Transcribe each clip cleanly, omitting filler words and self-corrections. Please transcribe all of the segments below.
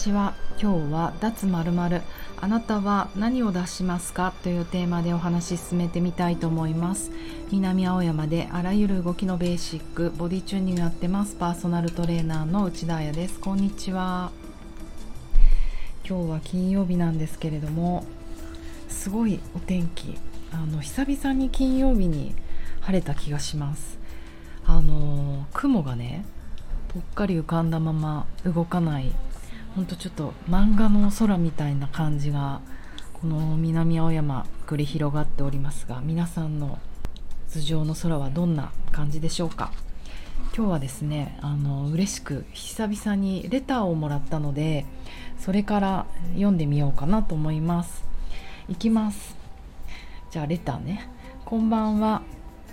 ちは。今日は脱〇〇、あなたは何を脱しますかというテーマでお話し進めてみたいと思います。南青山であらゆる動きのベーシック、ボディチューニングやってますパーソナルトレーナーの内田彩です。こんにちは。今日は金曜日なんですけれども、すごいお天気、久々に金曜日に晴れた気がします。雲がねぽっかり浮かんだまま動かない、ほんとちょっと漫画の空みたいな感じがこの南青山繰り広がっておりますが、皆さんの頭上の空はどんな感じでしょうか。今日はですね、嬉しく久々にレターをもらったので、それから読んでみようかなと思います。いきます。じゃあレターね。こんばんは。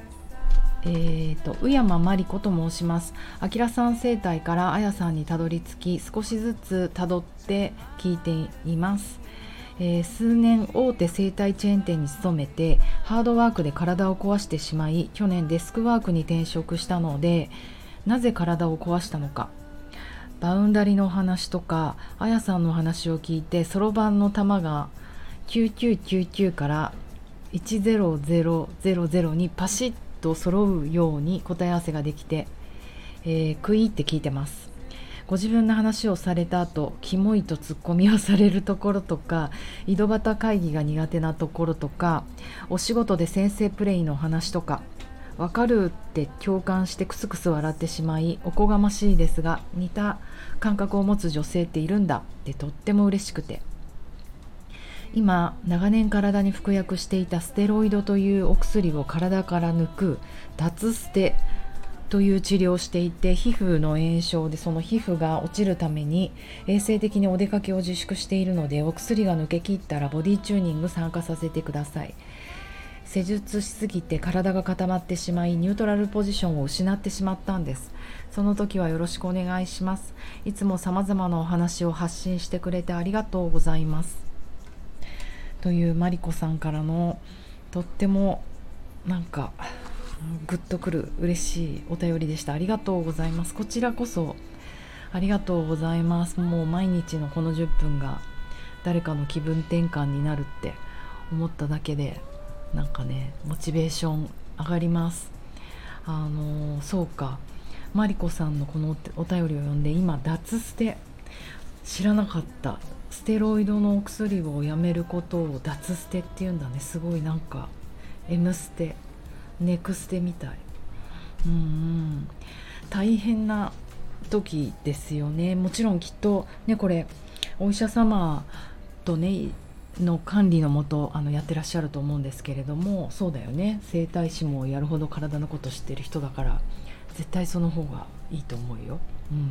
宇山真理子と申します。あきらさん生態からあやさんにたどり着き、少しずつたどって聞いています。数年大手生態チェーン店に勤めてハードワークで体を壊してしまい、去年デスクワークに転職したので、なぜ体を壊したのか、バウンダリの話とかあやさんの話を聞いて、そろばんの玉が9999から10000にパシッと揃うように答え合わせができて、クイって聞いてます。ご自分の話をされた後、キモいとツッコミをされるところとか、井戸端会議が苦手なところとか、お仕事で先生プレイの話とか、わかるって共感してクスクス笑ってしまい、おこがましいですが、似た感覚を持つ女性っているんだってとっても嬉しくて、今長年体に服薬していたステロイドというお薬を体から抜く脱ステという治療をしていて、皮膚の炎症でその皮膚が落ちるために衛生的にお出かけを自粛しているので、お薬が抜けきったらボディチューニング参加させてください。施術しすぎて体が固まってしまい、ニュートラルポジションを失ってしまったんです。その時はよろしくお願いします。いつも様々なお話を発信してくれてありがとうございます、というマリコさんからのとってもなんかグッとくる嬉しいお便りでした。ありがとうございます。こちらこそありがとうございます。もう毎日のこの10分が誰かの気分転換になるって思っただけで、なんかねモチベーション上がります。そうか、マリコさんのこのお便りを読んで、今脱ステ知らなかった。ステロイドのお薬をやめることを脱ステっていうんだね。すごいなんか M ステネクステみたい。大変な時ですよね。もちろんきっとね、これお医者様とねの管理のもとやってらっしゃると思うんですけれども、そうだよね、整体師もやるほど体のこと知ってる人だから、絶対その方がいいと思うよ。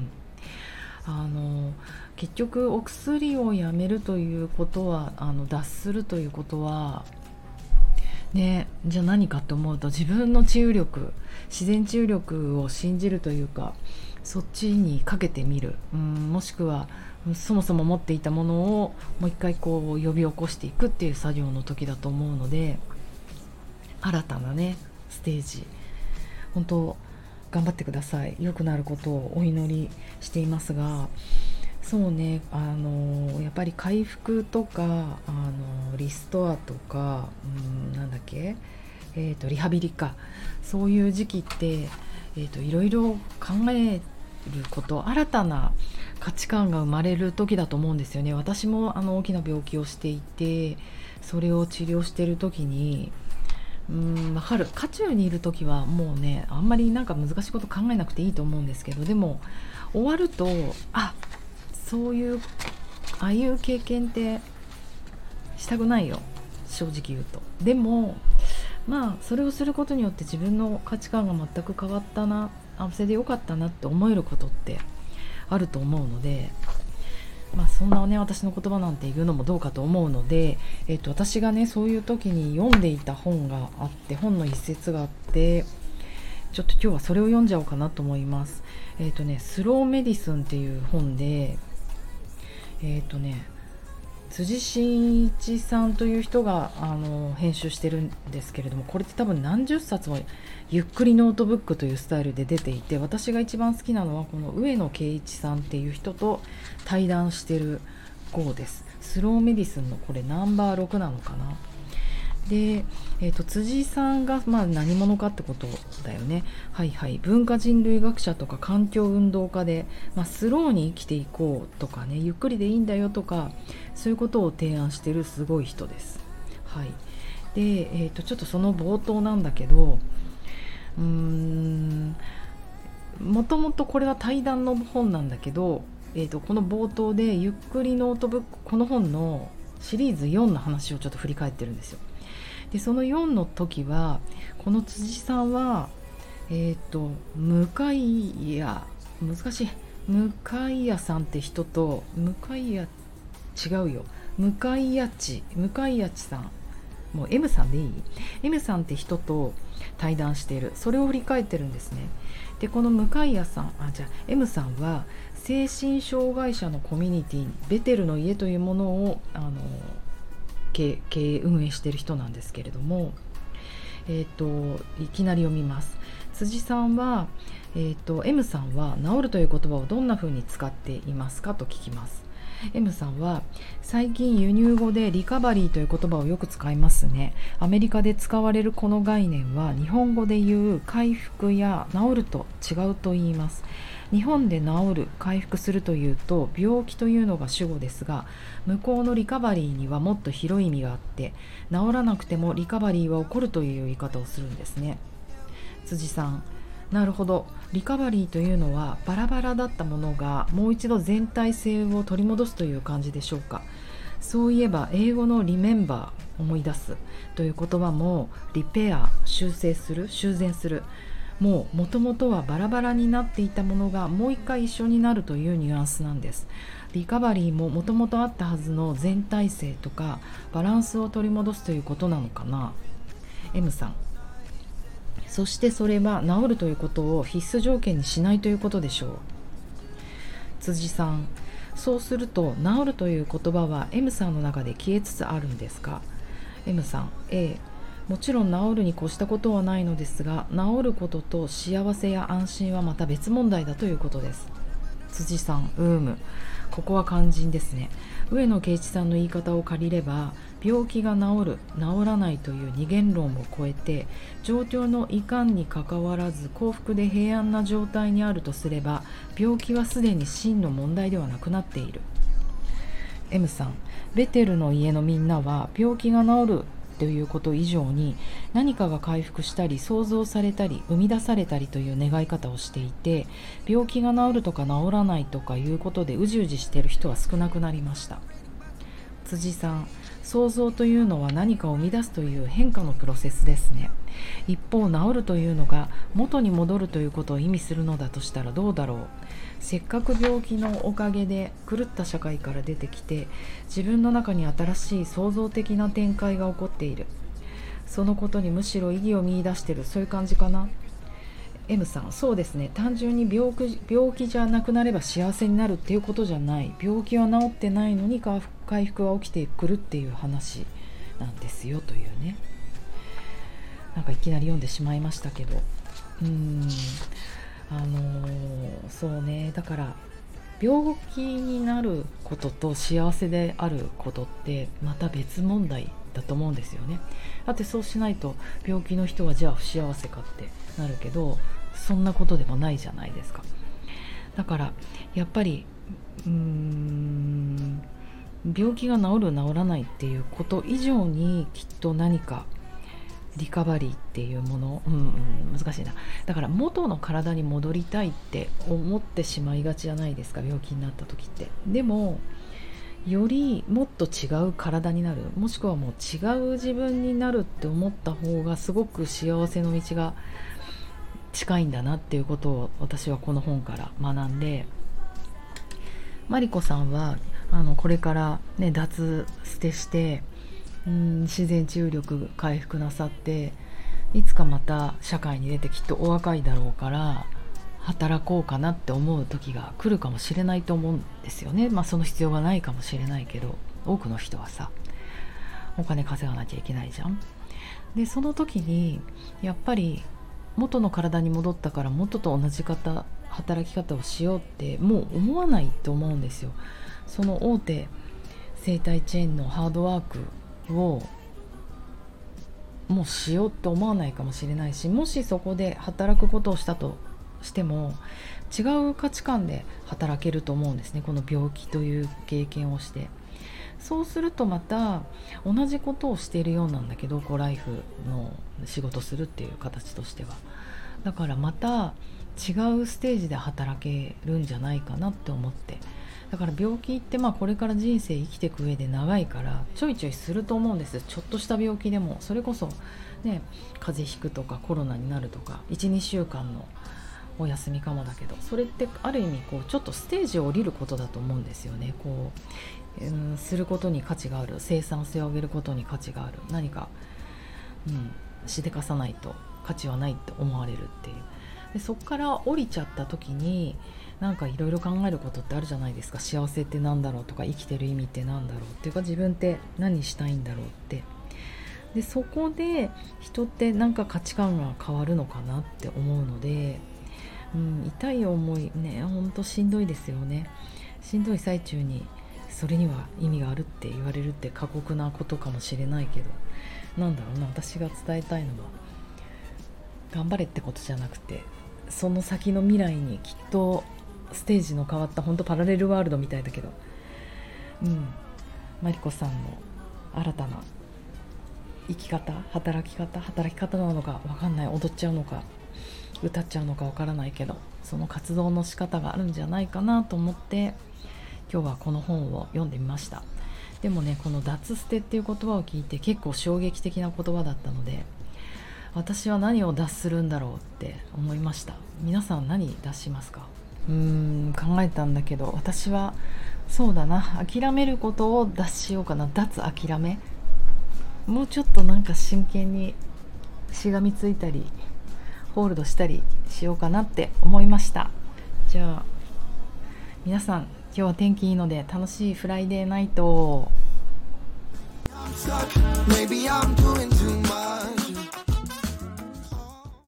結局お薬をやめるということは、脱するということはね、じゃあ何かと思うと、自分の治癒力、自然治癒力を信じるというか、そっちにかけてみる、もしくはそもそも持っていたものをもう一回こう呼び起こしていくっていう作業の時だと思うので、新たなねステージ、本当頑張ってください。良くなることをお祈りしていますが、そうね、やっぱり回復とかリストアとか、なんだっけ、リハビリか、そういう時期って、いろいろ考えること、新たな価値観が生まれる時だと思うんですよね。私も大きな病気をしていて、それを治療している時にわかる。渦中にいる時はもうね、あんまりなんか難しいこと考えなくていいと思うんですけど、でも終わると、そういうああいう経験ってしたくないよ、正直言うと。でもそれをすることによって自分の価値観が全く変わったな、それでよかったなって思えることってあると思うので、そんなね私の言葉なんて言うのもどうかと思うので、私がねそういう時に読んでいた本があって、本の一節があって、ちょっと今日はそれを読んじゃおうかなと思います。スローメディスンっていう本で、 辻真一さんという人が編集してるんですけれども、これって多分何十冊もゆっくりノートブックというスタイルで出ていて、私が一番好きなのはこの上野圭一さんっていう人と対談してる号です。スローメディスンのこれナンバー6なのかな。で、辻さんが何者かってことだよね。はいはい、文化人類学者とか環境運動家で、スローに生きていこうとかね、ゆっくりでいいんだよとか、そういうことを提案しているすごい人です。はい。で、ちょっとその冒頭なんだけど、もともとこれは対談の本なんだけど、この冒頭でゆっくりノートブック、この本のシリーズ4の話をちょっと振り返ってるんですよ。でその4の時はこの辻さんは向谷難しい向谷さんって人と向谷違うよ向谷さん、もう M さんでいい？ M さんって人と対談している、それを振り返ってるんですね。でこの向谷さんM さんは精神障害者のコミュニティベテルの家というものを経営運営している人なんですけれども、いきなり読みます。辻さんは、M さんは治るという言葉をどんな風に使っていますかと聞きます。 M さんは最近輸入語でリカバリーという言葉をよく使いますね。アメリカで使われるこの概念は日本語で言う回復や治ると違うと言います。日本で治る、回復するというと病気というのが主語ですが、向こうのリカバリーにはもっと広い意味があって、治らなくてもリカバリーは起こるという言い方をするんですね。辻さん、なるほど。リカバリーというのはバラバラだったものがもう一度全体性を取り戻すという感じでしょうか。そういえば英語のリメンバー、思い出すという言葉もリペア、修正する、修繕する、もともとはバラバラになっていたものがもう一回一緒になるというニュアンスなんです。リカバリーももともとあったはずの全体性とかバランスを取り戻すということなのかな。 M さん、そしてそれは治るということを必須条件にしないということでしょう。辻さん、そうすると治るという言葉は M さんの中で消えつつあるんですか。 M さん、もちろん治るに越したことはないのですが、治ることと幸せや安心はまた別問題だということです。辻さん、ここは肝心ですね。上野圭一さんの言い方を借りれば、病気が治る、治らないという二元論を超えて、状況のいかんにかかわらず幸福で平安な状態にあるとすれば、病気はすでに真の問題ではなくなっている。M さん、ベテルの家のみんなは病気が治るということ以上に何かが回復したり創造されたり生み出されたりという願い方をしていて、病気が治るとか治らないとかいうことでうじうじしている人は少なくなりました。辻さん、創造というのは何かを生み出すという変化のプロセスですね。一方、治るというのが元に戻るということを意味するのだとしたらどうだろう。せっかく病気のおかげで狂った社会から出てきて、自分の中に新しい創造的な展開が起こっている。そのことにむしろ意義を見出している、そういう感じかな。M さん、そうですね。単純に病気じゃなくなれば幸せになるっていうことじゃない。病気は治ってないのに回復は起きてくるっていう話なんですよというね。なんかいきなり読んでしまいましたけど、そうね。だから病気になることと幸せであることってまた別問題だと思うんですよね。だってそうしないと病気の人はじゃあ不幸せかってなるけど、そんなことでもないじゃないですか。だからやっぱり病気が治る治らないっていうこと以上にきっと何かリカバリーっていうもの、難しいな。だから元の体に戻りたいって思ってしまいがちじゃないですか、病気になった時って。でもよりもっと違う体になる、もしくはもう違う自分になるって思った方がすごく幸せの道が近いんだなっていうことを私はこの本から学んで、マリコさんはこれからね脱捨てして自然治癒力回復なさって、いつかまた社会に出てきっとお若いだろうから働こうかなって思う時が来るかもしれないと思うんですよね。その必要がないかもしれないけど、 多くの人はさお金稼がなきゃいけないじゃん。でその時にやっぱり元の体に戻ったから元と同じ働き方をしようってもう思わないと思うんですよ。その大手生態チェーンのハードワークをもうしようって思わないかもしれないし、もしそこで働くことをしたとしても違う価値観で働けると思うんですね。この病気という経験をして、そうするとまた同じことをしているようなんだけど、ライフの仕事するっていう形としては、だからまた違うステージで働けるんじゃないかなって思って、だから病気ってこれから人生生きていく上で長いからちょいちょいすると思うんですよ。ちょっとした病気でも、それこそね、風邪ひくとかコロナになるとか 1,2 週間のお休みかもだけど、それってある意味ちょっとステージを降りることだと思うんですよね。することに価値がある、生産性を上げることに価値がある、何か、しでかさないと価値はないって思われるっていう。でそこから降りちゃった時になんかいろいろ考えることってあるじゃないですか。幸せってなんだろうとか、生きてる意味ってなんだろうっていうか、自分って何したいんだろうって。でそこで人ってなんか価値観が変わるのかなって思うので、痛い思いね、ほんとしんどいですよね。しんどい最中にそれには意味があるって言われるって過酷なことかもしれないけど、なんだろうな、私が伝えたいのは頑張れってことじゃなくて、その先の未来にきっとステージの変わった本当パラレルワールドみたいだけど、マリコさんの新たな生き方、働き方なのか分かんない、踊っちゃうのか歌っちゃうのか分からないけど、その活動の仕方があるんじゃないかなと思って今日はこの本を読んでみました。でもね、この脱捨てっていう言葉を聞いて結構衝撃的な言葉だったので、私は何を脱するんだろうって思いました。皆さん何脱しますか？考えたんだけど、私はそうだな、諦めることを脱しようかな。脱諦め、もうちょっとなんか真剣にしがみついたりホールドしたりしようかなって思いました。じゃあ皆さん、今日は天気いいので楽しいフライデーナイトを。